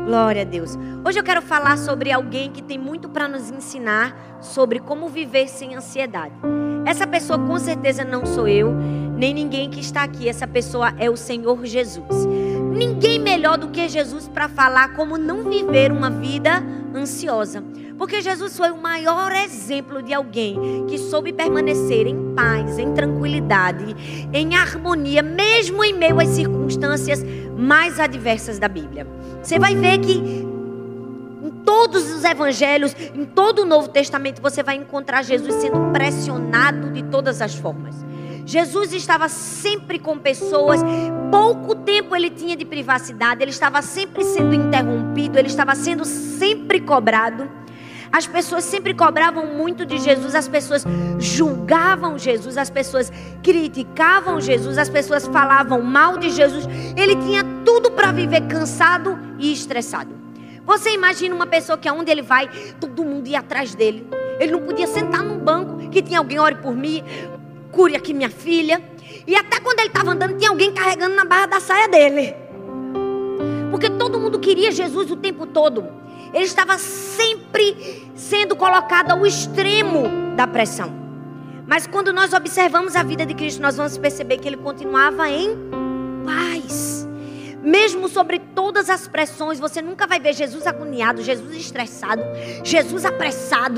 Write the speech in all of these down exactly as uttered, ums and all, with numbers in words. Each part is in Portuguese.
Glória a Deus. Hoje eu quero falar sobre alguém que tem muito para nos ensinar sobre como viver sem ansiedade. Essa pessoa com certeza não sou eu, nem ninguém que está aqui. Essa pessoa é o Senhor Jesus. Ninguém melhor do que Jesus para falar como não viver uma vida ansiosa. Porque Jesus foi o maior exemplo de alguém que soube permanecer em paz, em tranquilidade, em harmonia, mesmo em meio às circunstâncias mais adversas da Bíblia. Você vai ver que em todos os evangelhos, em todo o Novo Testamento, você vai encontrar Jesus sendo pressionado de todas as formas. Jesus estava sempre com pessoas, pouco tempo ele tinha de privacidade, ele estava sempre sendo interrompido, ele estava sendo sempre cobrado. As pessoas sempre cobravam muito de Jesus, as pessoas julgavam Jesus, as pessoas criticavam Jesus, as pessoas falavam mal de Jesus. Ele tinha tudo para viver cansado e estressado. Você imagina uma pessoa que aonde ele vai, todo mundo ia atrás dele. Ele não podia sentar num banco que tinha alguém, ore por mim, cure aqui minha filha. E até quando ele estava andando, tinha alguém carregando na barra da saia dele. Porque todo mundo queria Jesus o tempo todo. Ele estava sempre sendo colocado ao extremo da pressão. Mas quando nós observamos a vida de Cristo, nós vamos perceber que ele continuava em paz. Mesmo sobre todas as pressões, você nunca vai ver Jesus agoniado, Jesus estressado, Jesus apressado.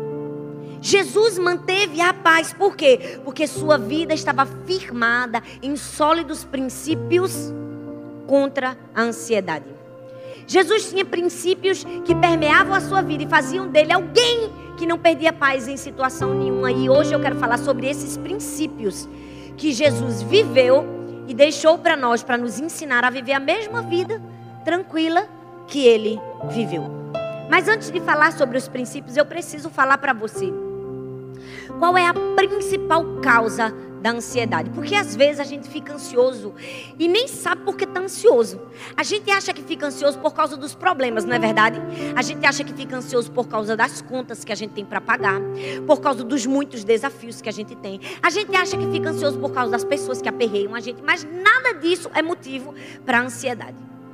Jesus manteve a paz. Por quê? Porque sua vida estava firmada em sólidos princípios contra a ansiedade. Jesus tinha princípios que permeavam a sua vida e faziam dele alguém que não perdia paz em situação nenhuma. E hoje eu quero falar sobre esses princípios que Jesus viveu e deixou para nós, para nos ensinar a viver a mesma vida tranquila que ele viveu. Mas antes de falar sobre os princípios, eu preciso falar para você qual é a principal causa da ansiedade. Porque às vezes a gente fica ansioso e nem sabe por que está ansioso. A gente acha que fica ansioso por causa dos problemas, não é verdade? A gente acha que fica ansioso por causa das contas que a gente tem para pagar, por causa dos muitos desafios que a gente tem. A gente acha que fica ansioso por causa das pessoas que aperreiam a gente, mas nada disso é motivo para a ansiedade.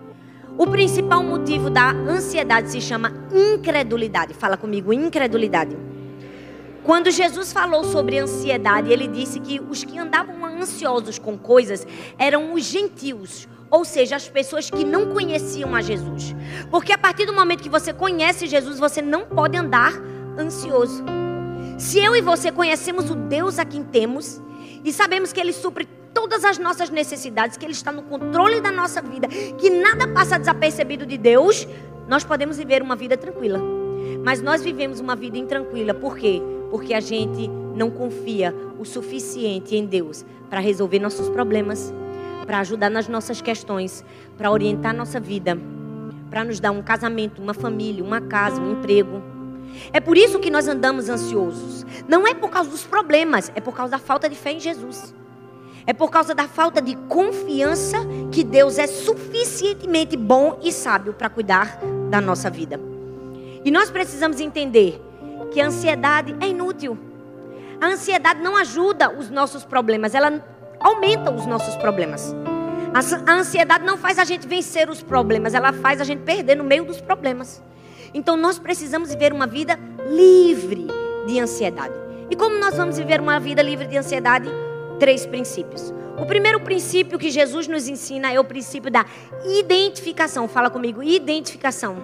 O principal motivo da ansiedade se chama incredulidade. Fala comigo, incredulidade. Quando Jesus falou sobre ansiedade, ele disse que os que andavam ansiosos com coisas eram os gentios, ou seja, as pessoas que não conheciam a Jesus. Porque a partir do momento que você conhece Jesus, você não pode andar ansioso. Se eu e você conhecemos o Deus a quem temos e sabemos que Ele supre todas as nossas necessidades, que Ele está no controle da nossa vida, que nada passa desapercebido de Deus, nós podemos viver uma vida tranquila. Mas nós vivemos uma vida intranquila, por quê? Porque a gente não confia o suficiente em Deus para resolver nossos problemas, para ajudar nas nossas questões, para orientar nossa vida, para nos dar um casamento, uma família, uma casa, um emprego. É por isso que nós andamos ansiosos. Não é por causa dos problemas, é por causa da falta de fé em Jesus. É por causa da falta de confiança que Deus é suficientemente bom e sábio para cuidar da nossa vida. E nós precisamos entender que a ansiedade é inútil. A ansiedade não ajuda os nossos problemas, ela aumenta os nossos problemas. A ansiedade não faz a gente vencer os problemas, ela faz a gente perder no meio dos problemas. Então nós precisamos viver uma vida livre de ansiedade. E como nós vamos viver uma vida livre de ansiedade? Três princípios. O primeiro princípio que Jesus nos ensina é o princípio da identificação. Fala comigo, identificação.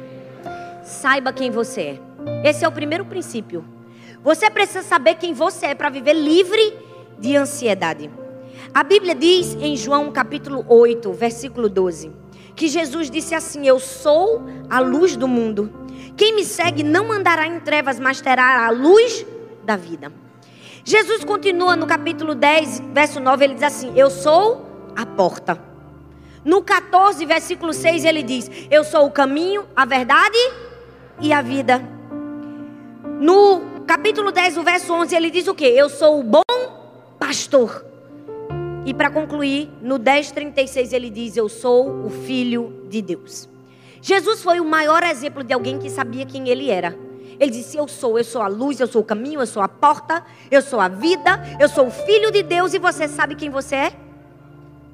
Saiba quem você é. Esse é o primeiro princípio. Você precisa saber quem você é para viver livre de ansiedade. A Bíblia diz em João capítulo oito, versículo doze, que Jesus disse assim: eu sou a luz do mundo. Quem me segue não andará em trevas, mas terá a luz da vida. Jesus continua no capítulo dez, verso nove, ele diz assim: eu sou a porta. No catorze, versículo seis, ele diz: eu sou o caminho, a verdade e a vida. No capítulo dez, o verso onze, ele diz o quê? Eu sou o bom pastor. E para concluir, no dez, trinta e seis, ele diz: eu sou o Filho de Deus. Jesus foi o maior exemplo de alguém que sabia quem ele era. Ele disse: eu sou, eu sou a luz, eu sou o caminho, eu sou a porta, eu sou a vida, eu sou o Filho de Deus. E você sabe quem você é?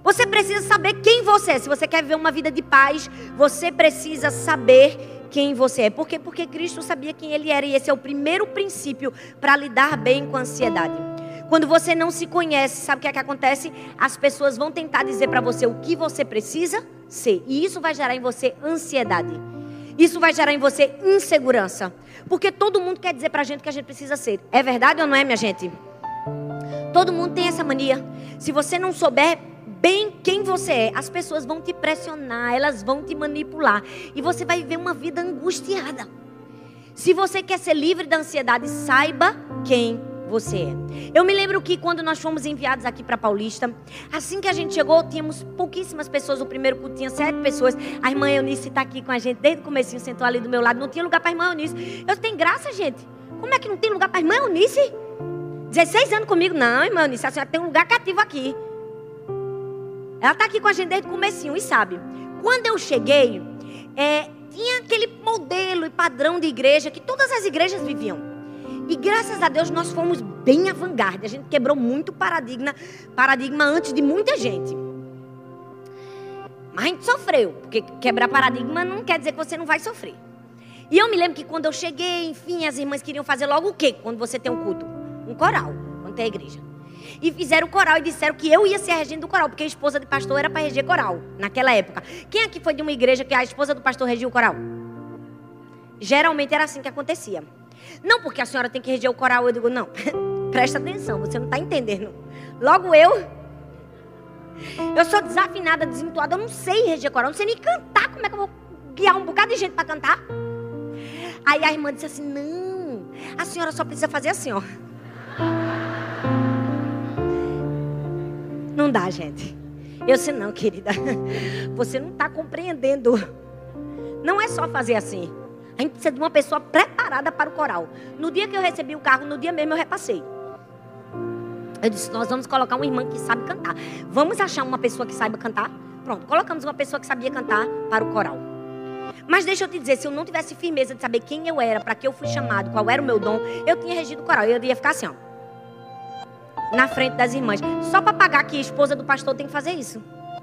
Você precisa saber quem você é. Se você quer viver uma vida de paz, você precisa saber quem você é. Por quê? Porque Cristo sabia quem Ele era. E esse é o primeiro princípio para lidar bem com a ansiedade. Quando você não se conhece, sabe o que é que acontece? As pessoas vão tentar dizer para você o que você precisa ser. E isso vai gerar em você ansiedade. Isso vai gerar em você insegurança. Porque todo mundo quer dizer pra gente o que a gente precisa ser. É verdade ou não é, minha gente? Todo mundo tem essa mania. Se você não souber bem quem você é, as pessoas vão te pressionar, elas vão te manipular. E você vai viver uma vida angustiada. Se você quer ser livre da ansiedade, saiba quem você é. Eu me lembro que quando nós fomos enviados aqui para Paulista, assim que a gente chegou, tínhamos pouquíssimas pessoas. O primeiro culto tinha sete pessoas. A irmã Eunice está aqui com a gente desde o comecinho, sentou ali do meu lado. Não tinha lugar para a irmã Eunice. Eu tenho graça, gente. Como é que não tem lugar para a irmã Eunice? dezesseis anos comigo. Não, irmã Eunice, a senhora tem um lugar cativo aqui. Ela está aqui com a gente desde o comecinho e sabe. Quando eu cheguei, é, tinha aquele modelo e padrão de igreja que todas as igrejas viviam. E graças a Deus nós fomos bem avant-garde. A gente quebrou muito paradigma, paradigma antes de muita gente. Mas a gente sofreu. Porque quebrar paradigma não quer dizer que você não vai sofrer. E eu me lembro que quando eu cheguei, enfim, as irmãs queriam fazer logo o quê? Quando você tem um culto? Um coral, quando tem a igreja. E fizeram o coral e disseram que eu ia ser a regente do coral. Porque a esposa de pastor era para reger coral, naquela época. Quem aqui foi de uma igreja que a esposa do pastor regia o coral? Geralmente era assim que acontecia. Não porque a senhora tem que reger o coral. Eu digo, não, presta atenção, você não está entendendo. Logo eu, eu sou desafinada, desentoada, eu não sei reger coral, eu não sei nem cantar. Como é que eu vou guiar um bocado de gente para cantar? Aí a irmã disse assim, não, a senhora só precisa fazer assim, ó. Não dá, gente. Eu disse, não, querida, você não está compreendendo. Não é só fazer assim. A gente precisa de uma pessoa preparada para o coral. No dia que eu recebi o carro, no dia mesmo eu repassei. Eu disse, nós vamos colocar uma irmã que sabe cantar. Vamos achar uma pessoa que saiba cantar? Pronto, colocamos uma pessoa que sabia cantar para o coral. Mas deixa eu te dizer, se eu não tivesse firmeza de saber quem eu era, para que eu fui chamado, qual era o meu dom, eu tinha regido o coral. Eu ia ficar assim, ó, na frente das irmãs. Só para pagar que a esposa do pastor tem que fazer isso.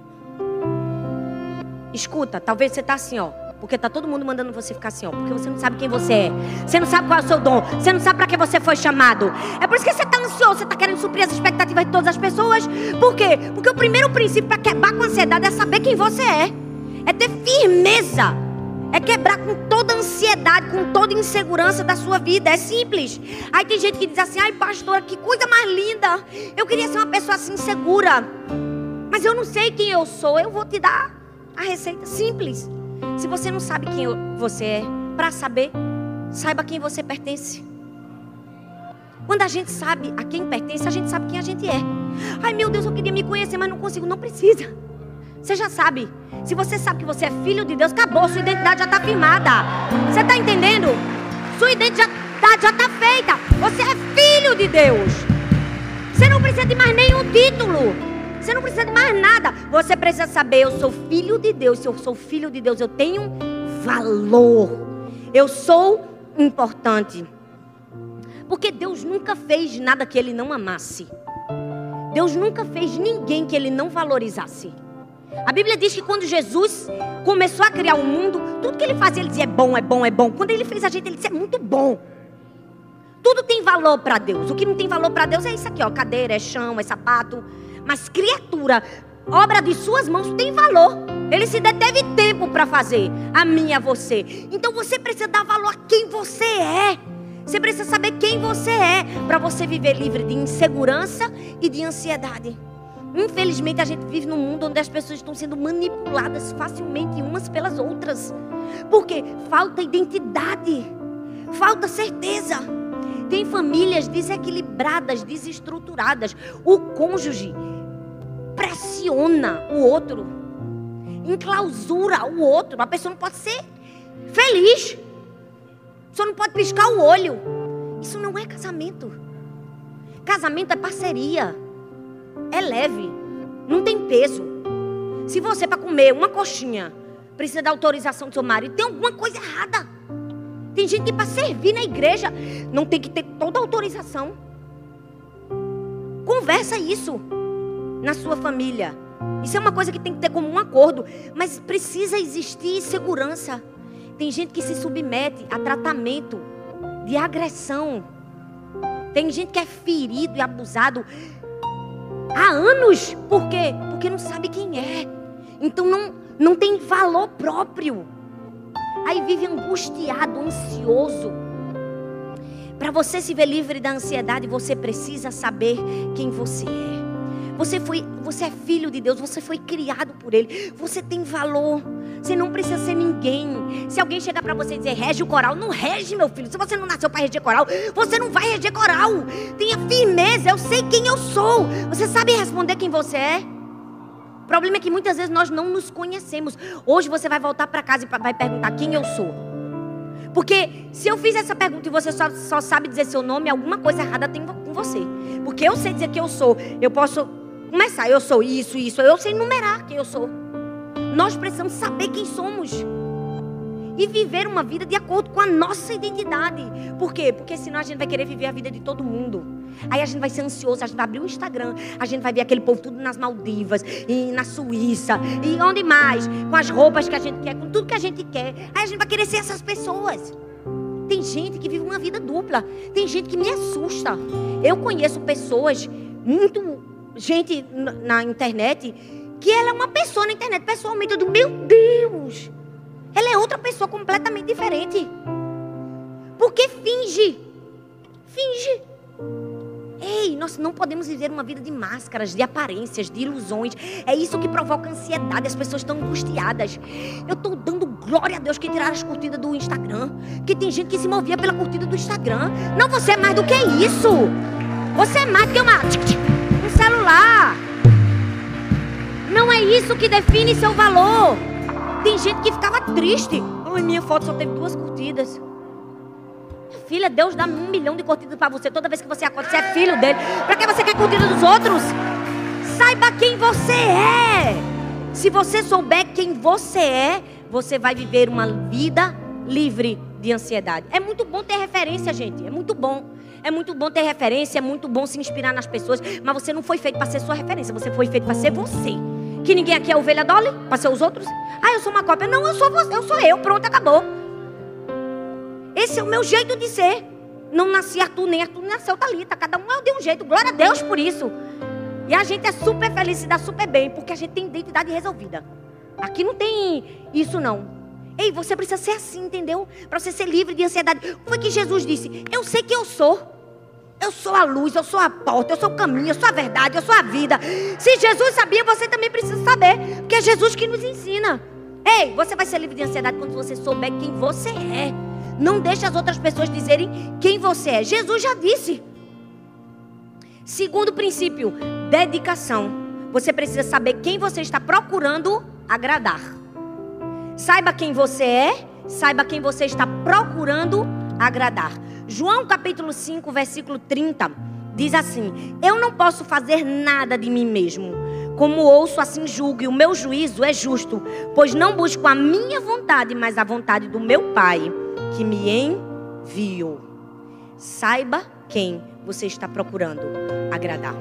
Escuta, talvez você tá assim, ó. Porque tá todo mundo mandando você ficar assim, ó. Porque você não sabe quem você é. Você não sabe qual é o seu dom. Você não sabe para que você foi chamado. É por isso que você tá ansioso. Você tá querendo suprir as expectativas de todas as pessoas. Por quê? Porque o primeiro princípio para quebrar com a ansiedade é saber quem você é. É ter firmeza. É quebrar com toda a ansiedade, com toda a insegurança da sua vida. É simples. Aí tem gente que diz assim, ai pastora, que coisa mais linda. Eu queria ser uma pessoa assim segura. Mas eu não sei quem eu sou. Eu vou te dar a receita simples. Se você não sabe quem você é, para saber, saiba a quem você pertence. Quando a gente sabe a quem pertence, a gente sabe quem a gente é. Ai meu Deus, eu queria me conhecer, mas não consigo. Não precisa. Você já sabe. Se você sabe que você é filho de Deus, acabou, sua identidade já está firmada. Você está entendendo? Sua identidade já está feita. Você é filho de Deus. Você não precisa de mais nenhum título. Você não precisa de mais nada. Você precisa saber, eu sou filho de Deus. Se eu sou filho de Deus, eu tenho valor. Eu sou importante. Porque Deus nunca fez nada que Ele não amasse. Deus nunca fez ninguém que Ele não valorizasse. A Bíblia diz que quando Jesus começou a criar o mundo, tudo que Ele fazia, Ele dizia, é bom, é bom, é bom. Quando Ele fez a gente, Ele disse, é muito bom. Tudo tem valor para Deus. O que não tem valor para Deus é isso aqui, ó. Cadeira, é chão, é sapato. Mas criatura, obra de suas mãos tem valor. Ele se deteve tempo para fazer a mim e a você. Então você precisa dar valor a quem você é. Você precisa saber quem você é para você viver livre de insegurança e de ansiedade. Infelizmente a gente vive num mundo onde as pessoas estão sendo manipuladas facilmente umas pelas outras. Porque falta identidade, falta certeza. Tem famílias desequilibradas, desestruturadas. O cônjuge pressiona o outro, enclausura o outro. A pessoa não pode ser feliz. A pessoa não pode piscar o olho. Isso não é casamento. Casamento é parceria. É leve. Não tem peso. Se você, para comer uma coxinha, precisa da autorização do seu marido, tem alguma coisa errada. Tem gente que para servir na igreja não tem que ter toda a autorização. Conversa isso na sua família. Isso é uma coisa que tem que ter como um acordo. Mas precisa existir segurança. Tem gente que se submete a tratamento de agressão. Tem gente que é ferido e abusado há anos. Por quê? Porque não sabe quem é. Então não, não tem valor próprio. Aí vive angustiado, ansioso. Para você se ver livre da ansiedade, você precisa saber quem você é. Você, foi, você é filho de Deus, você foi criado por Ele. Você tem valor. Você não precisa ser ninguém. Se alguém chegar para você e dizer, rege o coral, não rege, meu filho. Se você não nasceu para reger coral, você não vai reger coral. Tenha firmeza, eu sei quem eu sou. Você sabe responder quem você é? O problema é que muitas vezes nós não nos conhecemos. Hoje você vai voltar para casa e vai perguntar quem eu sou. Porque se eu fiz essa pergunta e você só, só sabe dizer seu nome, alguma coisa errada tem com você. Porque eu sei dizer quem eu sou. Eu posso começar, eu sou isso, isso. Eu sei numerar quem eu sou. Nós precisamos saber quem somos. E viver uma vida de acordo com a nossa identidade. Por quê? Porque senão a gente vai querer viver a vida de todo mundo. Aí a gente vai ser ansioso, a gente vai abrir o Instagram, a gente vai ver aquele povo tudo nas Maldivas, e na Suíça, e onde mais? Com as roupas que a gente quer, com tudo que a gente quer. Aí a gente vai querer ser essas pessoas. Tem gente que vive uma vida dupla. Tem gente que me assusta. Eu conheço pessoas, muito gente na internet, que ela é uma pessoa na internet, pessoalmente, eu digo, meu Deus, ela é outra pessoa completamente diferente. Porque finge. Finge. Ei, nós não podemos viver uma vida de máscaras, de aparências, de ilusões. É isso que provoca ansiedade. As pessoas estão angustiadas. Eu estou dando glória a Deus que tiraram as curtidas do Instagram. Que tem gente que se movia pela curtida do Instagram. Não, você é mais do que isso. Você é mais do que uma, um celular. Não é isso que define seu valor. Tem gente que ficava triste. Ai, minha foto só teve duas curtidas. Filha, Deus dá um milhão de curtidas para você. Toda vez que você acorda, você é filho dele. Para que você quer curtida dos outros? Saiba quem você é. Se você souber quem você é, você vai viver uma vida livre de ansiedade. É muito bom ter referência, gente. É muito bom. É muito bom ter referência. É muito bom se inspirar nas pessoas. Mas você não foi feito para ser sua referência. Você foi feito para ser você. Que ninguém aqui é ovelha Dolly? Para ser os outros? Ah, eu sou uma cópia. Não, eu sou você. Eu sou eu. Pronto, acabou. Esse é o meu jeito de ser. Não nasci Arthur, nem Arthur nasceu Thalita. Cada um é de um jeito. Glória a Deus por isso. E a gente é super feliz, se dá super bem, porque a gente tem identidade resolvida. Aqui não tem isso não. Ei, você precisa ser assim, entendeu? Para você ser livre de ansiedade. Foi que Jesus disse, eu sei quem eu sou. Eu sou a luz, eu sou a porta, eu sou o caminho, eu sou a verdade, eu sou a vida. Se Jesus sabia, você também precisa saber. Porque é Jesus que nos ensina. Ei, você vai ser livre de ansiedade quando você souber quem você é. Não deixe as outras pessoas dizerem quem você é. Jesus já disse. Segundo princípio, dedicação. Você precisa saber quem você está procurando agradar. Saiba quem você é, saiba quem você está procurando agradar. João capítulo cinco, versículo trinta, diz assim: eu não posso fazer nada de mim mesmo. Como ouço, assim julgo, e o meu juízo é justo, pois não busco a minha vontade, mas a vontade do meu Pai, que me enviou. Saiba quem você está procurando agradar.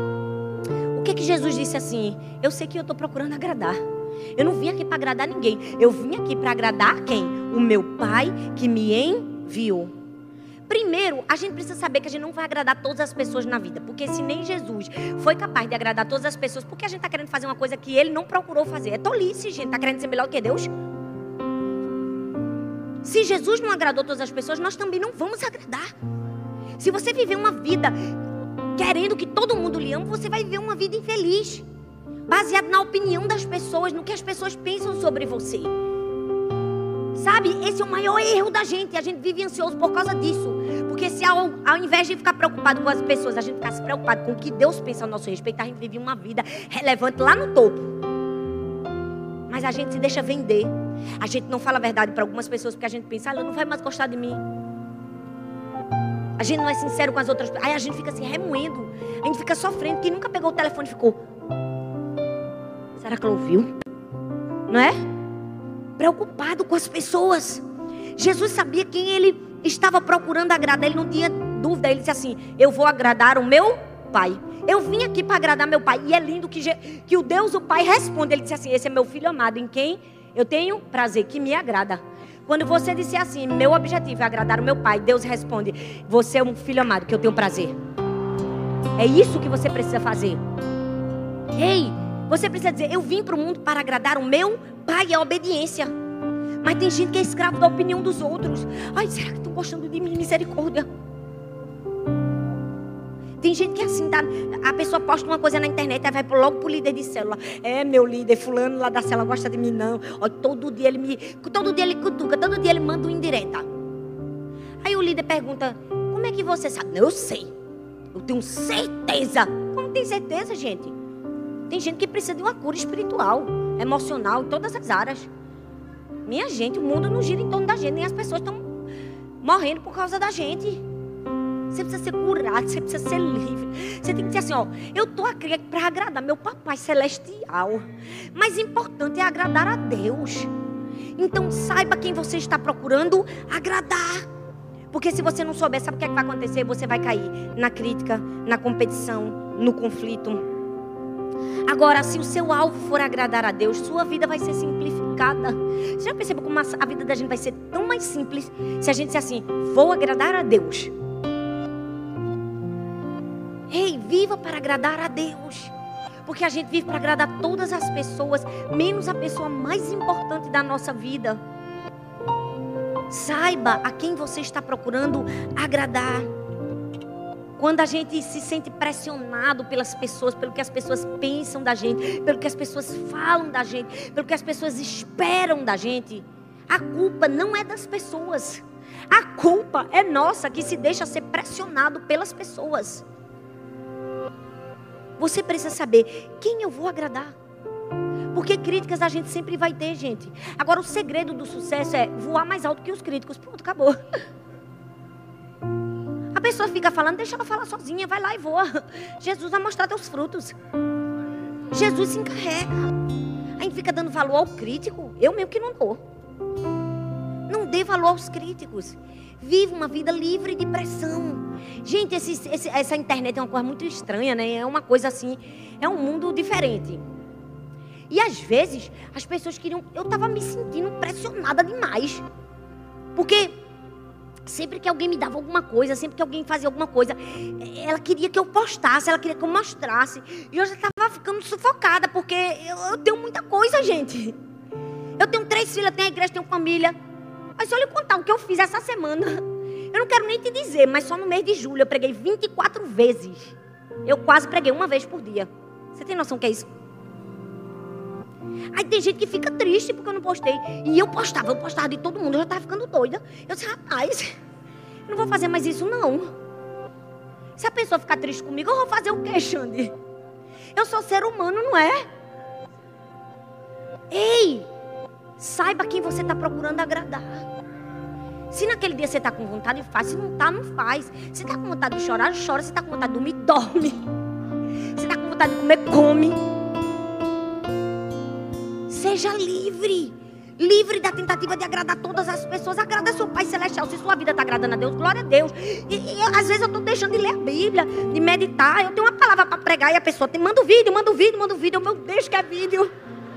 O que que Jesus disse assim? Eu sei que eu estou procurando agradar. Eu não vim aqui para agradar ninguém. Eu vim aqui para agradar quem? O meu Pai que me enviou. Primeiro, a gente precisa saber que a gente não vai agradar todas as pessoas na vida. Porque se nem Jesus foi capaz de agradar todas as pessoas, por que a gente está querendo fazer uma coisa que Ele não procurou fazer? É tolice, gente. Está querendo ser melhor que Deus? Se Jesus não agradou todas as pessoas, nós também não vamos agradar. Se você viver uma vida querendo que todo mundo lhe ame, você vai viver uma vida infeliz, baseado na opinião das pessoas, no que as pessoas pensam sobre você. Sabe, esse é o maior erro da gente. A gente vive ansioso por causa disso. Porque se ao, ao invés de ficar preocupado com as pessoas, a gente ficasse preocupado com o que Deus pensa a nosso respeito, a gente vive uma vida relevante lá no topo. Mas a gente se deixa vender. A gente não fala a verdade para algumas pessoas porque a gente pensa, ah, ela não vai mais gostar de mim. A gente não é sincero com as outras pessoas. Aí a gente fica assim, remoendo. A gente fica sofrendo. Quem nunca pegou o telefone e ficou, será que ela ouviu? Não é? Preocupado com as pessoas. Jesus sabia quem Ele estava procurando agradar. Ele não tinha dúvida. Ele disse assim, eu vou agradar o meu pai. Eu vim aqui para agradar meu pai. E é lindo que, que o Deus, o pai, responde. Ele disse assim, esse é meu filho amado, em quem eu tenho prazer, que me agrada. Quando você disse assim, meu objetivo é agradar o meu pai, Deus responde, você é um filho amado, que eu tenho prazer. É isso que você precisa fazer. Ei, você precisa dizer, eu vim para o mundo para agradar o meu pai, é obediência. Mas tem gente que é escravo da opinião dos outros. Ai, será que estão gostando de mim? Misericórdia. Tem gente que é assim, tá? A pessoa posta uma coisa na internet, aí vai logo pro líder de célula. É, meu líder, fulano lá da célula gosta de mim, não. Olha, todo dia ele me... Todo dia ele cutuca, todo dia ele manda uma indireta. Aí o líder pergunta, como é que você sabe? Eu sei. Eu tenho certeza. Como tem certeza, gente? Tem gente que precisa de uma cura espiritual, emocional, em todas as áreas. Minha gente, o mundo não gira em torno da gente, nem as pessoas estão morrendo por causa da gente. Você precisa ser curado, você precisa ser livre. Você tem que dizer assim, ó, eu estou aqui para agradar meu papai celestial. Mas importante é agradar a Deus. Então saiba quem você está procurando agradar. Porque se você não souber, sabe o que, é que vai acontecer? Você vai cair na crítica, na competição, no conflito. Agora, se o seu alvo for agradar a Deus, sua vida vai ser simplificada. Você já percebeu como a vida da gente vai ser tão mais simples se a gente disser assim, vou agradar a Deus. Ei, viva para agradar a Deus. Porque a gente vive para agradar todas as pessoas, menos a pessoa mais importante da nossa vida. Saiba a quem você está procurando agradar. Quando a gente se sente pressionado pelas pessoas, pelo que as pessoas pensam da gente, pelo que as pessoas falam da gente, pelo que as pessoas esperam da gente, a culpa não é das pessoas. A culpa é nossa, que se deixa ser pressionado pelas pessoas. Você precisa saber quem eu vou agradar. Porque críticas a gente sempre vai ter, gente. Agora o segredo do sucesso é voar mais alto que os críticos. Pronto, acabou. A pessoa fica falando, deixa ela falar sozinha, vai lá e voa. Jesus vai mostrar teus frutos. Jesus se encarrega. A gente fica dando valor ao crítico. Eu mesmo que não dou. Não dê valor aos críticos. Viva uma vida livre de pressão. Gente, esse, esse, essa internet é uma coisa muito estranha, né? É uma coisa assim, é um mundo diferente. E às vezes, as pessoas queriam... Eu estava me sentindo pressionada demais. Porque sempre que alguém me dava alguma coisa, sempre que alguém fazia alguma coisa, ela queria que eu postasse, ela queria que eu mostrasse. E eu já estava ficando sufocada, porque eu, eu tenho muita coisa, gente. Eu tenho três filhas, tenho a igreja, tenho família. Mas olha eu contar o que eu fiz essa semana. Eu não quero nem te dizer, mas só no mês de julho eu preguei vinte e quatro vezes. Eu quase preguei uma vez por dia. Você tem noção do que é isso? Aí tem gente que fica triste porque eu não postei. E eu postava, eu postava de todo mundo. Eu já estava ficando doida. Eu disse, rapaz, eu não vou fazer mais isso não. Se a pessoa ficar triste comigo, eu vou fazer o quê, Xande? Eu sou ser humano, não é? Ei, saiba quem você está procurando agradar. Se naquele dia você está com vontade, faz. Se não está, não faz. Se está com vontade de chorar, chora. Se está com vontade de dormir, dorme. Se está com vontade de comer, come. Seja livre. Livre da tentativa de agradar todas as pessoas. Agrada seu Pai Celestial. Se sua vida está agradando a Deus, glória a Deus. E, e às vezes eu estou deixando de ler a Bíblia, de meditar. Eu tenho uma palavra para pregar e a pessoa tem, manda o vídeo, manda o vídeo, manda o vídeo. Meu Deus, que é vídeo.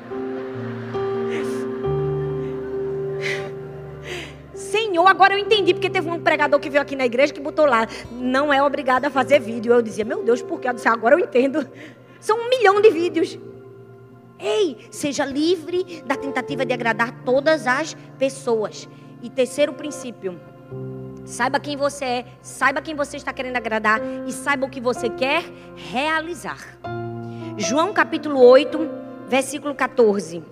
Senhor, agora eu entendi porque teve um pregador que veio aqui na igreja que botou lá, não é obrigado a fazer vídeo. Eu dizia, meu Deus, por quê? Eu disse, agora eu entendo. São um milhão de vídeos. Ei, seja livre da tentativa de agradar todas as pessoas. E terceiro princípio, saiba quem você é, saiba quem você está querendo agradar e saiba o que você quer realizar. João capítulo oito, versículo catorze.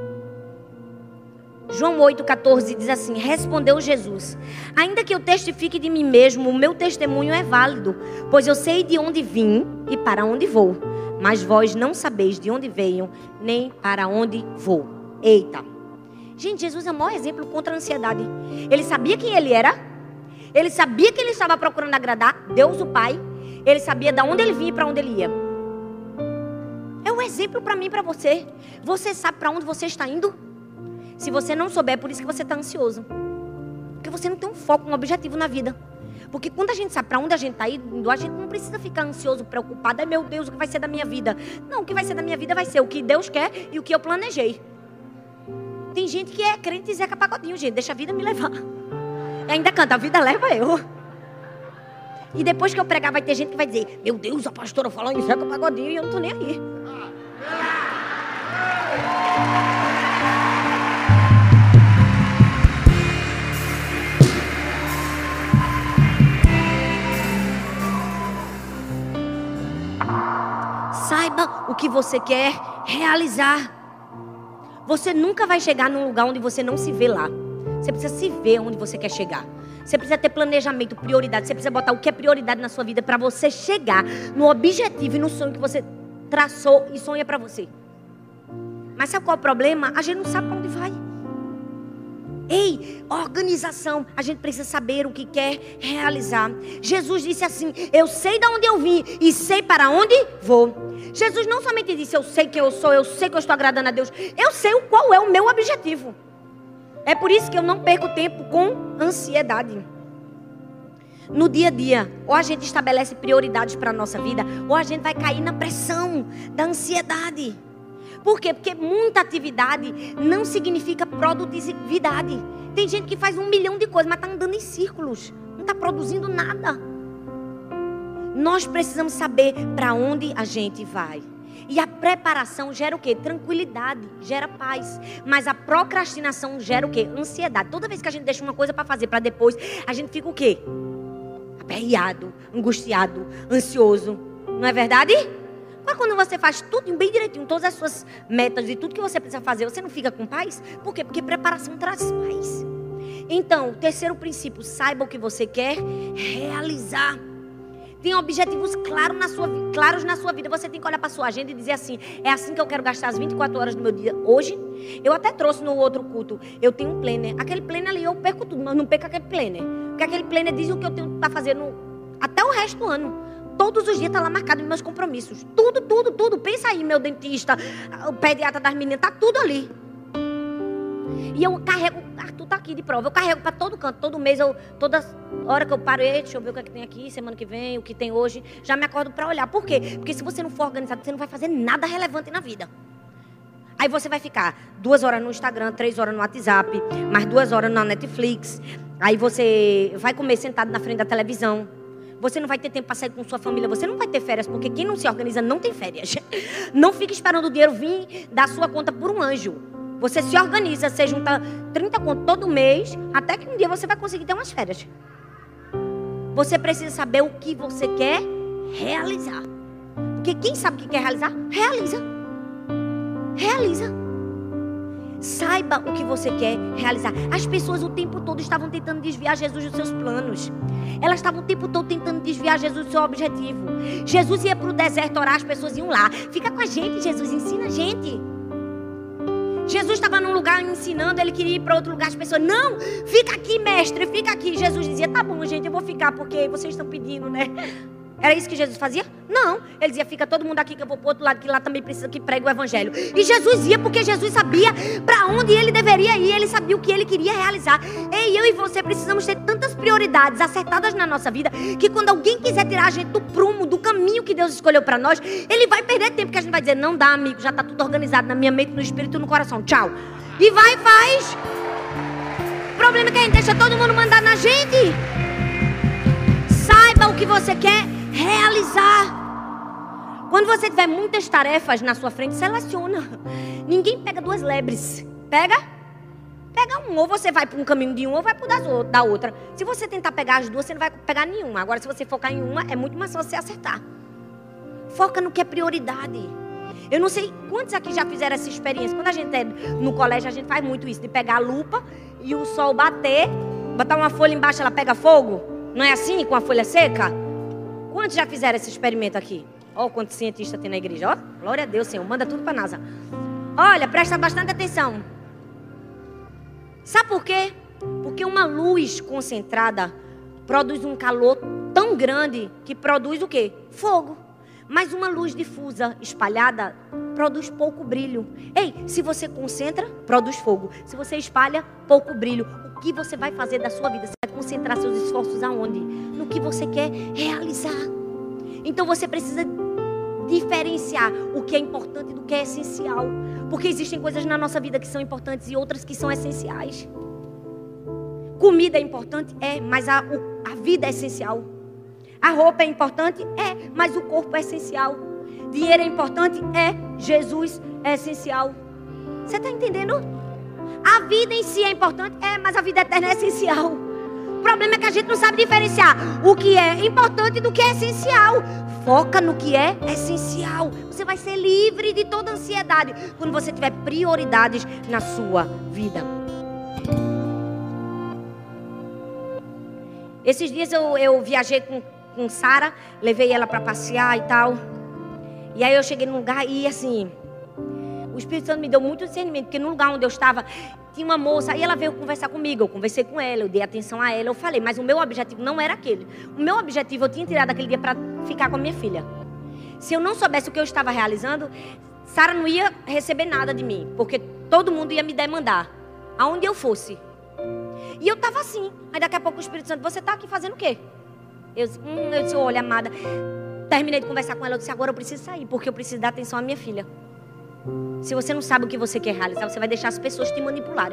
João oito, catorze diz assim, respondeu Jesus, ainda que eu testifique de mim mesmo, o meu testemunho é válido, pois eu sei de onde vim e para onde vou, mas vós não sabeis de onde venho, nem para onde vou. Eita, gente, Jesus é o maior exemplo contra a ansiedade. Ele sabia quem ele era, ele sabia que ele estava procurando agradar Deus o Pai, ele sabia de onde ele vinha e para onde ele ia. É um exemplo para mim e para você. Você sabe para onde você está indo? Se você não souber, é por isso que você está ansioso. Porque você não tem um foco, um objetivo na vida. Porque quando a gente sabe para onde a gente está indo, a gente não precisa ficar ansioso, preocupado. Ai, meu Deus, o que vai ser da minha vida? Não, o que vai ser da minha vida vai ser o que Deus quer e o que eu planejei. Tem gente que é crente de Zeca Pagodinho, gente. Deixa a vida me levar. E ainda canta, a vida leva eu. E depois que eu pregar, vai ter gente que vai dizer: meu Deus, a pastora falou em Zeca Pagodinho e eu não tô nem aí. Saiba o que você quer realizar. Você nunca vai chegar num lugar onde você não se vê lá. Você precisa se ver onde você quer chegar. Você precisa ter planejamento, prioridade. Você precisa botar o que é prioridade na sua vida para você chegar no objetivo e no sonho que você traçou e sonha para você. Mas sabe qual é o problema? A gente não sabe para onde vai. Ei, organização. A gente precisa saber o que quer realizar. Jesus disse assim: eu sei de onde eu vim e sei para onde vou. Jesus não somente disse: eu sei quem eu sou, eu sei que eu estou agradando a Deus. Eu sei qual é o meu objetivo. É por isso que eu não perco tempo com ansiedade. No dia a dia, ou a gente estabelece prioridades para a nossa vida, ou a gente vai cair na pressão da ansiedade. Por quê? Porque muita atividade não significa produtividade. Tem gente que faz um milhão de coisas, mas está andando em círculos. Não está produzindo nada. Nós precisamos saber para onde a gente vai. E a preparação gera o quê? Tranquilidade, gera paz. Mas a procrastinação gera o quê? Ansiedade. Toda vez que a gente deixa uma coisa para fazer para depois, a gente fica o quê? Aperreado, angustiado, ansioso. Não é verdade? Mas quando você faz tudo bem direitinho, todas as suas metas e tudo que você precisa fazer, você não fica com paz? Por quê? Porque preparação traz paz. Então, o terceiro princípio: saiba o que você quer realizar. Tem objetivos claros na sua, claros na sua vida. Você tem que olhar para a sua agenda e dizer assim: é assim que eu quero gastar as vinte e quatro horas do meu dia. Hoje, eu até trouxe no outro culto, eu tenho um planner. Aquele planner ali eu perco tudo, mas não perco aquele planner. Porque aquele planner diz o que eu tenho para fazer no, até o resto do ano. Todos os dias está lá marcado nos meus compromissos. Tudo, tudo, tudo. Pensa aí, meu dentista, o pediatra das meninas, está tudo ali. E eu carrego, Arthur tá aqui de prova, eu carrego para todo canto, todo mês, eu, toda hora que eu paro, deixa eu ver o que é que tem aqui, semana que vem, o que tem hoje, já me acordo para olhar. Por quê? Porque se você não for organizado, você não vai fazer nada relevante na vida. Aí você vai ficar duas horas no Instagram, três horas no WhatsApp, mais duas horas na Netflix. Aí você vai comer sentado na frente da televisão. Você não vai ter tempo para sair com sua família. Você não vai ter férias, porque quem não se organiza não tem férias. Não fique esperando o dinheiro vir da sua conta por um anjo. Você se organiza, você junta trinta contos todo mês, até que um dia você vai conseguir ter umas férias. Você precisa saber o que você quer realizar. Porque quem sabe o que quer realizar, realiza. Realiza. Saiba o que você quer realizar. As pessoas o tempo todo estavam tentando desviar Jesus dos seus planos. Elas estavam o tempo todo tentando desviar Jesus do seu objetivo. Jesus ia para o deserto orar, as pessoas iam lá. Fica com a gente, Jesus, ensina a gente. Jesus estava num lugar ensinando, ele queria ir para outro lugar. As pessoas: não, fica aqui, mestre, fica aqui. Jesus dizia: tá bom, gente, eu vou ficar porque vocês estão pedindo, né? Era isso que Jesus fazia? Não. Ele dizia: fica todo mundo aqui que eu vou para o outro lado, que lá também precisa que pregue o evangelho. E Jesus ia porque Jesus sabia para onde ele deveria ir. Ele sabia o que ele queria realizar. Ei, eu e você precisamos ter tantas prioridades acertadas na nossa vida, que quando alguém quiser tirar a gente do prumo, do caminho que Deus escolheu para nós, ele vai perder tempo, porque a gente vai dizer: não dá, amigo, já está tudo organizado na minha mente, no espírito e no coração. Tchau. E vai e faz. O problema é que a gente deixa todo mundo mandar na gente. Saiba o que você quer realizar. Quando você tiver muitas tarefas na sua frente, seleciona. Ninguém pega duas lebres. Pega? Pega um. Ou você vai para um caminho de um, ou vai para o da outra. Se você tentar pegar as duas, você não vai pegar nenhuma. Agora, se você focar em uma, é muito mais fácil você acertar. Foca no que é prioridade. Eu não sei quantos aqui já fizeram essa experiência. Quando a gente é no colégio, a gente faz muito isso, de pegar a lupa e o sol bater, botar uma folha embaixo, ela pega fogo. Não é assim, com a folha seca? Quantos já fizeram esse experimento aqui? Olha o quanto cientista tem na igreja. Ó, glória a Deus, Senhor. Manda tudo para a NASA. Olha, presta bastante atenção. Sabe por quê? Porque uma luz concentrada produz um calor tão grande que produz o quê? Fogo. Mas uma luz difusa, espalhada, produz pouco brilho. Ei, se você concentra, produz fogo. Se você espalha, pouco brilho. O que você vai fazer da sua vida? Você vai concentrar seus esforços aonde? No que você quer realizar. Então você precisa diferenciar o que é importante do que é essencial. Porque existem coisas na nossa vida que são importantes e outras que são essenciais. Comida é importante? É, mas a, o, a vida é essencial. A roupa é importante? É, mas o corpo é essencial. Dinheiro é importante? É, Jesus é essencial. Você está entendendo? A vida em si é importante? É, mas a vida eterna é essencial. O problema é que a gente não sabe diferenciar o que é importante do que é essencial. Foca no que é essencial. Você vai ser livre de toda ansiedade quando você tiver prioridades na sua vida. Esses dias eu, eu viajei com, com Sara, levei ela para passear e tal. E aí eu cheguei num lugar e assim, o Espírito Santo me deu muito discernimento, porque no lugar onde eu estava, tinha uma moça, aí ela veio conversar comigo, eu conversei com ela, eu dei atenção a ela, eu falei, mas o meu objetivo não era aquele. O meu objetivo eu tinha tirado aquele dia para ficar com a minha filha. Se eu não soubesse o que eu estava realizando, Sara não ia receber nada de mim, porque todo mundo ia me demandar, aonde eu fosse. E eu estava assim, aí daqui a pouco o Espírito Santo, você está aqui fazendo o quê? Eu disse, hum, eu disse, olha, amada, terminei de conversar com ela, eu disse, agora eu preciso sair, porque eu preciso dar atenção à minha filha. Se você não sabe o que você quer realizar, você vai deixar as pessoas te manipularem.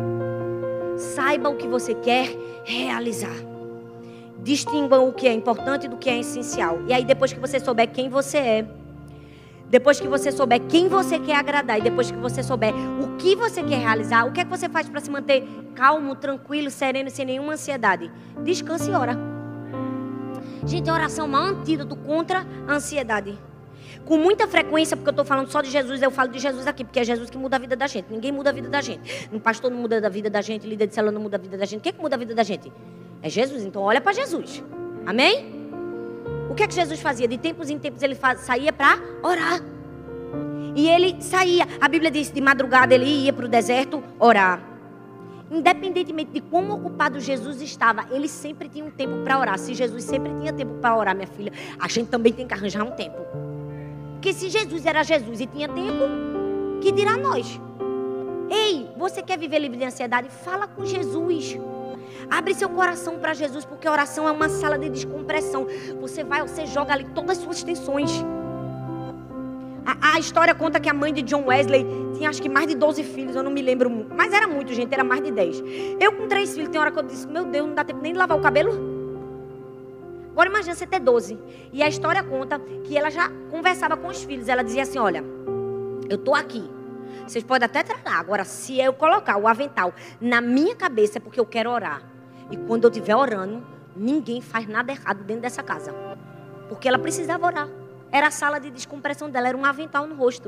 Saiba o que você quer realizar. Distingua o que é importante do que é essencial. E aí depois que você souber quem você é, depois que você souber quem você quer agradar, e depois que você souber o que você quer realizar, o que é que você faz para se manter calmo, tranquilo, sereno, sem nenhuma ansiedade? Descanse e ora. Gente, a oração é o maior antídoto contra a ansiedade. Com muita frequência, porque eu estou falando só de Jesus, eu falo de Jesus aqui, porque é Jesus que muda a vida da gente. Ninguém muda a vida da gente. Um pastor não muda a vida da gente, líder de célula não muda a vida da gente. O que é que muda a vida da gente? É Jesus. Então olha para Jesus. Amém? O que é que Jesus fazia? De tempos em tempos ele faz, saía para orar. E ele saía, a Bíblia diz, de madrugada ele ia para o deserto orar. Independentemente de como ocupado Jesus estava, ele sempre tinha um tempo para orar. Se Jesus sempre tinha tempo para orar, minha filha, a gente também tem que arranjar um tempo. Porque se Jesus era Jesus e tinha tempo, que dirá nós? Ei, você quer viver livre de ansiedade? Fala com Jesus. Abre seu coração para Jesus, porque a oração é uma sala de descompressão. Você vai, você joga ali todas as suas tensões. A, a história conta que a mãe de John Wesley tinha acho que mais de doze filhos, eu não me lembro muito. Mas era muito, gente, era mais de dez. Eu com três filhos, tem hora que eu disse, meu Deus, não dá tempo nem de lavar o cabelo? Agora imagina você ter doze. E a história conta que ela já conversava com os filhos. Ela dizia assim, olha, eu estou aqui. Vocês podem até treinar. Agora, se eu colocar o avental na minha cabeça, é porque eu quero orar. E quando eu estiver orando, ninguém faz nada errado dentro dessa casa. Porque ela precisava orar. Era a sala de descompressão dela, era um avental no rosto.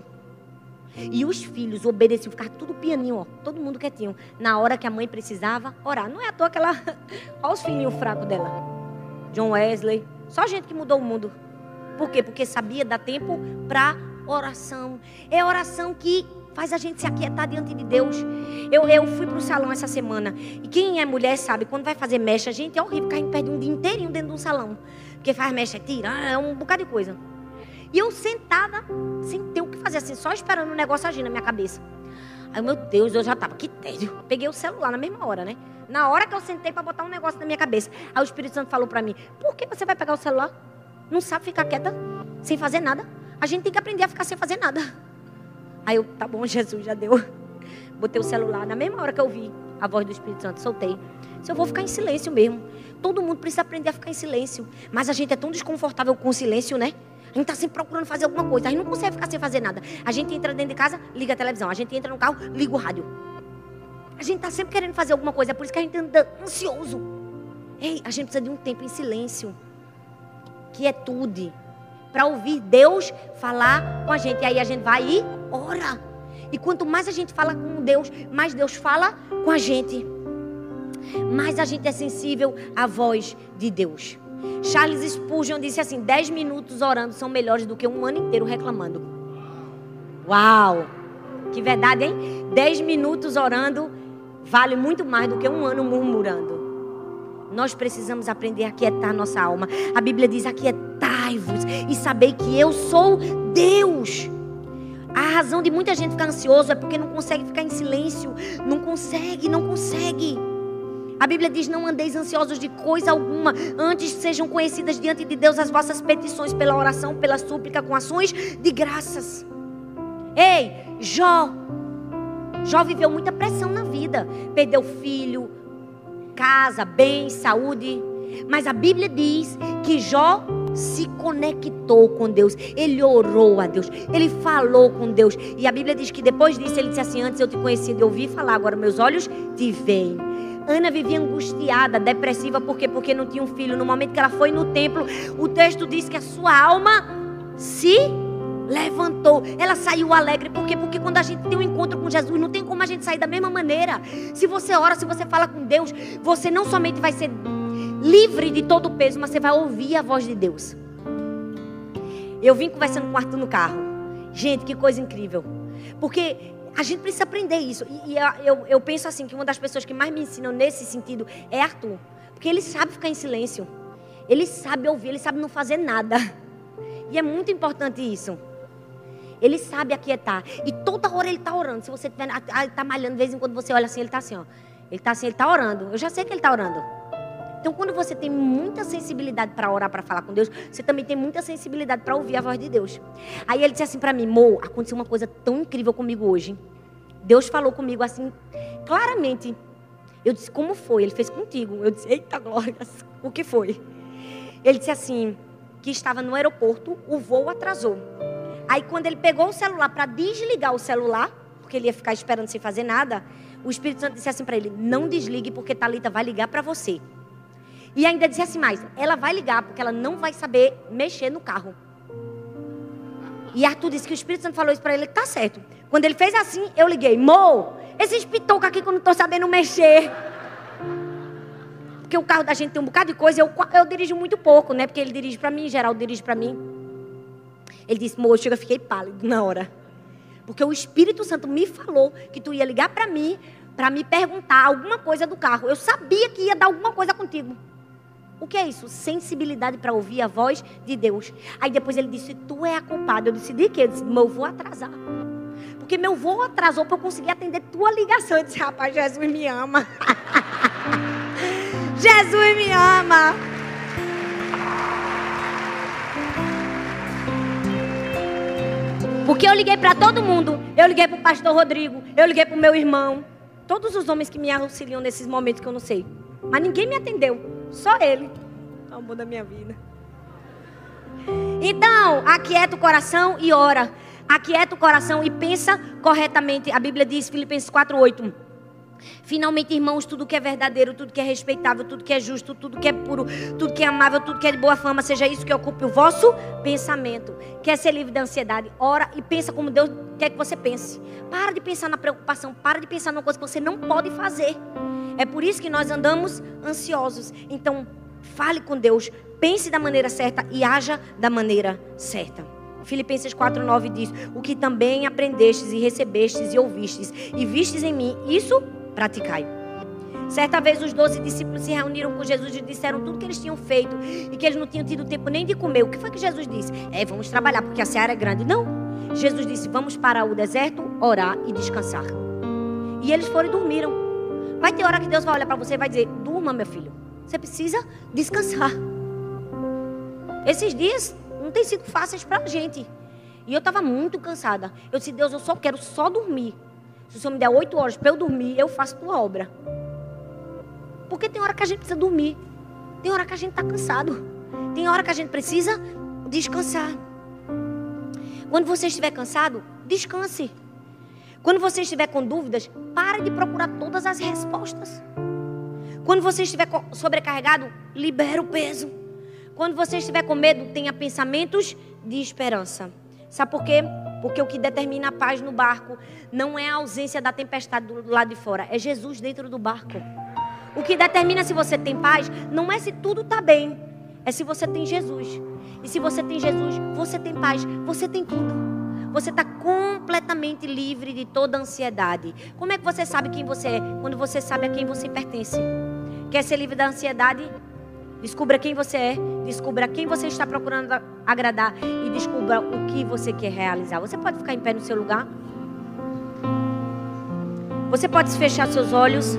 E os filhos obedeciam, ficavam tudo pianinho, ó, todo mundo quietinho. Na hora que a mãe precisava orar. Não é à toa que ela... Olha os filhinhos fracos dela. John Wesley, só gente que mudou o mundo. Por quê? Porque sabia dar tempo para oração. É a oração que faz a gente se aquietar diante de Deus. Eu, eu fui para o salão essa semana. E quem é mulher sabe, quando vai fazer mecha, gente, é horrível, porque a gente perde um dia inteirinho dentro de um salão. Porque faz mecha, tira, é um bocado de coisa. E eu sentada, sem ter o que fazer, assim, só esperando o negócio agir na minha cabeça. Aí, meu Deus, eu já estava, que tédio. Peguei o celular na mesma hora, né? Na hora que eu sentei para botar um negócio na minha cabeça. Aí o Espírito Santo falou para mim, por que você vai pegar o celular? Não sabe ficar quieta, sem fazer nada? A gente tem que aprender a ficar sem fazer nada. Aí eu, tá bom, Jesus, já deu. Botei o celular, na mesma hora que eu vi a voz do Espírito Santo, soltei. Se eu vou ficar em silêncio mesmo. Todo mundo precisa aprender a ficar em silêncio. Mas a gente é tão desconfortável com o silêncio, né? A gente está sempre procurando fazer alguma coisa. A gente não consegue ficar sem fazer nada. A gente entra dentro de casa, liga a televisão. A gente entra no carro, liga o rádio. A gente está sempre querendo fazer alguma coisa. É por isso que a gente anda ansioso. Ei, a gente precisa de um tempo em silêncio. Quietude. Para ouvir Deus falar com a gente. E aí a gente vai e ora. E quanto mais a gente fala com Deus, mais Deus fala com a gente. Mais a gente é sensível à voz de Deus. Charles Spurgeon disse assim, dez minutos orando são melhores do que um ano inteiro reclamando. Uau! Que verdade, hein? Dez minutos orando vale muito mais do que um ano murmurando. Nós precisamos aprender a aquietar nossa alma. A Bíblia diz, aquietai-vos e sabei que eu sou Deus. A razão de muita gente ficar ansioso é porque não consegue ficar em silêncio. Não consegue, não consegue. A Bíblia diz: não andeis ansiosos de coisa alguma, antes sejam conhecidas diante de Deus as vossas petições pela oração, pela súplica, com ações de graças. Ei, Jó. Jó viveu muita pressão na vida. Perdeu filho, casa, bens, saúde. Mas a Bíblia diz que Jó se conectou com Deus. Ele orou a Deus. Ele falou com Deus. E a Bíblia diz que depois disso ele disse assim: antes eu te conhecia de ouvir falar, agora meus olhos te veem. Ana vivia angustiada, depressiva. Por quê? Porque não tinha um filho. No momento que ela foi no templo, o texto diz que a sua alma se levantou. Ela saiu alegre. Por quê? Porque quando a gente tem um encontro com Jesus, não tem como a gente sair da mesma maneira. Se você ora, se você fala com Deus, você não somente vai ser livre de todo o peso, mas você vai ouvir a voz de Deus. Eu vim conversando com o Arthur no carro. Gente, que coisa incrível. Porque a gente precisa aprender isso. E, e eu, eu penso assim, que uma das pessoas que mais me ensinam nesse sentido é Arthur. Porque ele sabe ficar em silêncio. Ele sabe ouvir, ele sabe não fazer nada. E é muito importante isso. Ele sabe aquietar. E toda hora ele está orando. Se você estiver, ele está malhando, de vez em quando você olha assim, ele está assim, ó. Ele está assim, ele está orando. Eu já sei que ele está orando. Então, quando você tem muita sensibilidade para orar, para falar com Deus, você também tem muita sensibilidade para ouvir a voz de Deus. Aí ele disse assim para mim: Mo, aconteceu uma coisa tão incrível comigo hoje. Deus falou comigo assim, claramente. Eu disse: como foi? Ele fez contigo. Eu disse: eita glória, o que foi? Ele disse assim, que estava no aeroporto, o voo atrasou. Aí quando ele pegou o celular para desligar o celular, porque ele ia ficar esperando sem fazer nada, o Espírito Santo disse assim para ele: não desligue, porque Thalita vai ligar para você. E ainda disse assim mais: ela vai ligar porque ela não vai saber mexer no carro. E Arthur disse que o Espírito Santo falou isso para ele, tá certo. Quando ele fez assim, eu liguei: Mo, esses pitocos aqui que eu não estou sabendo mexer. Porque o carro da gente tem um bocado de coisa, eu, eu dirijo muito pouco, né? Porque ele dirige para mim, Geraldo dirige para mim. Ele disse: Mo, chega, eu fiquei pálido na hora. Porque o Espírito Santo me falou que tu ia ligar para mim, para me perguntar alguma coisa do carro. Eu sabia que ia dar alguma coisa contigo. O que é isso? Sensibilidade para ouvir a voz de Deus. Aí depois ele disse: tu é a culpada. Eu disse: de quê? Eu disse: meu voo atrasar. Porque meu voo atrasou para eu conseguir atender tua ligação. Eu disse: rapaz, Jesus me ama. Jesus me ama. Porque eu liguei para todo mundo. Eu liguei para o pastor Rodrigo. Eu liguei para o meu irmão. Todos os homens que me auxiliam nesses momentos que eu não sei. Mas ninguém me atendeu. Só ele. É o amor da minha vida. Então, aquieta o coração e ora. Aquieta o coração e pensa corretamente. A Bíblia diz, Filipenses quatro, oito. Finalmente, irmãos, tudo que é verdadeiro, tudo que é respeitável, tudo que é justo, tudo que é puro, tudo que é amável, tudo que é de boa fama, seja isso que ocupe o vosso pensamento. Quer ser livre da ansiedade? Ora e pensa como Deus quer que você pense. Para de pensar na preocupação, para de pensar numa coisa que você não pode fazer. É por isso que nós andamos ansiosos. Então, fale com Deus, pense da maneira certa e haja da maneira certa. Filipenses quatro, nove diz: o que também aprendestes e recebestes e ouvistes e vistes em mim, isso praticai. Certa vez os doze discípulos se reuniram com Jesus e disseram tudo que eles tinham feito e que eles não tinham tido tempo nem de comer. O que foi que Jesus disse? É, vamos trabalhar porque a seara é grande. Não. Jesus disse: vamos para o deserto, orar e descansar. E eles foram e dormiram. Vai ter hora que Deus vai olhar para você e vai dizer: durma, meu filho. Você precisa descansar. Esses dias não tem sido fáceis para a gente. E eu estava muito cansada. Eu disse: Deus, eu só quero só dormir. Se o Senhor me der oito horas para eu dormir, eu faço tua obra. Porque tem hora que a gente precisa dormir. Tem hora que a gente está cansado. Tem hora que a gente precisa descansar. Quando você estiver cansado, descanse. Quando você estiver com dúvidas, pare de procurar todas as respostas. Quando você estiver sobrecarregado, libera o peso. Quando você estiver com medo, tenha pensamentos de esperança. Sabe por quê? Porque o que determina a paz no barco não é a ausência da tempestade do lado de fora, é Jesus dentro do barco. O que determina se você tem paz não é se tudo está bem, é se você tem Jesus. E se você tem Jesus, você tem paz, você tem tudo. Você está completamente livre de toda ansiedade. Como é que você sabe quem você é? Quando você sabe a quem você pertence. Quer ser livre da ansiedade? Descubra quem você é, descubra quem você está procurando agradar e descubra o que você quer realizar. Você pode ficar em pé no seu lugar? Você pode fechar seus olhos?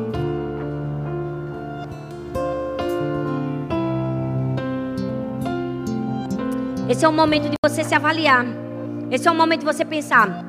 Esse é o momento de você se avaliar. Esse é o momento de você pensar: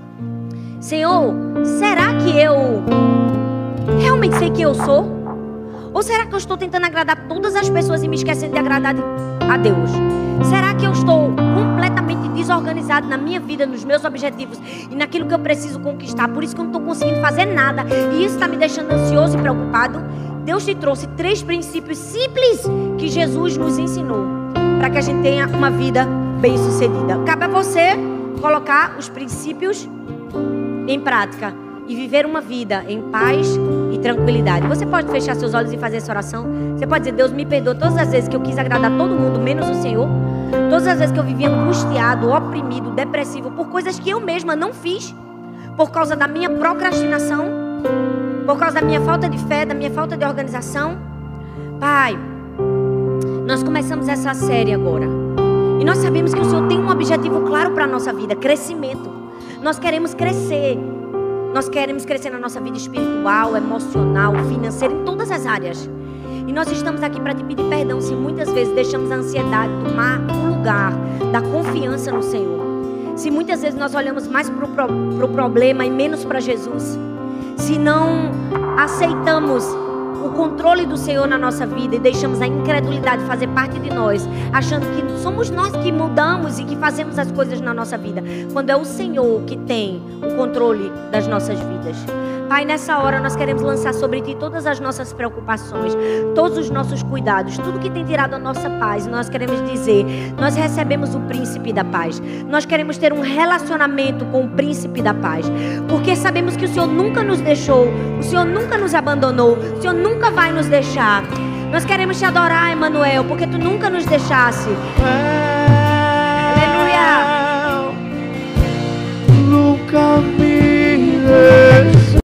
Senhor, será que eu realmente sei quem eu sou? Ou será que eu estou tentando agradar todas as pessoas e me esquecendo de agradar a Deus? Será que eu estou completamente desorganizado na minha vida, nos meus objetivos e naquilo que eu preciso conquistar? Por isso que eu não estou conseguindo fazer nada e isso está me deixando ansioso e preocupado? Deus te trouxe três princípios simples que Jesus nos ensinou para que a gente tenha uma vida bem-sucedida. Cabe a você colocar os princípios em prática e viver uma vida em paz e tranquilidade. Você pode fechar seus olhos e fazer essa oração? Você pode dizer: Deus, me perdoa todas as vezes que eu quis agradar todo mundo, menos o Senhor. Todas as vezes que eu vivia angustiado, oprimido, depressivo, por coisas que eu mesma não fiz, por causa da minha procrastinação, por causa da minha falta de fé, da minha falta de organização. Pai, nós começamos essa série agora e nós sabemos que o Senhor tem um objetivo claro para a nossa vida: crescimento. Nós queremos crescer. Nós queremos crescer na nossa vida espiritual, emocional, financeira, em todas as áreas. E nós estamos aqui para te pedir perdão se muitas vezes deixamos a ansiedade tomar o lugar da confiança no Senhor. Se muitas vezes nós olhamos mais para o pro, pro problema e menos para Jesus. Se não aceitamos o controle do Senhor na nossa vida e deixamos a incredulidade fazer parte de nós, achando que somos nós que mudamos e que fazemos as coisas na nossa vida, quando é o Senhor que tem o controle das nossas vidas. Pai, nessa hora nós queremos lançar sobre Ti todas as nossas preocupações, todos os nossos cuidados, tudo que tem tirado a nossa paz. Nós queremos dizer: nós recebemos o príncipe da paz. Nós queremos ter um relacionamento com o príncipe da paz, porque sabemos que o Senhor nunca nos deixou, o Senhor nunca nos abandonou, o Senhor nunca vai nos deixar. Nós queremos Te adorar, Emmanuel, porque Tu nunca nos deixasse. Aleluia. Nunca me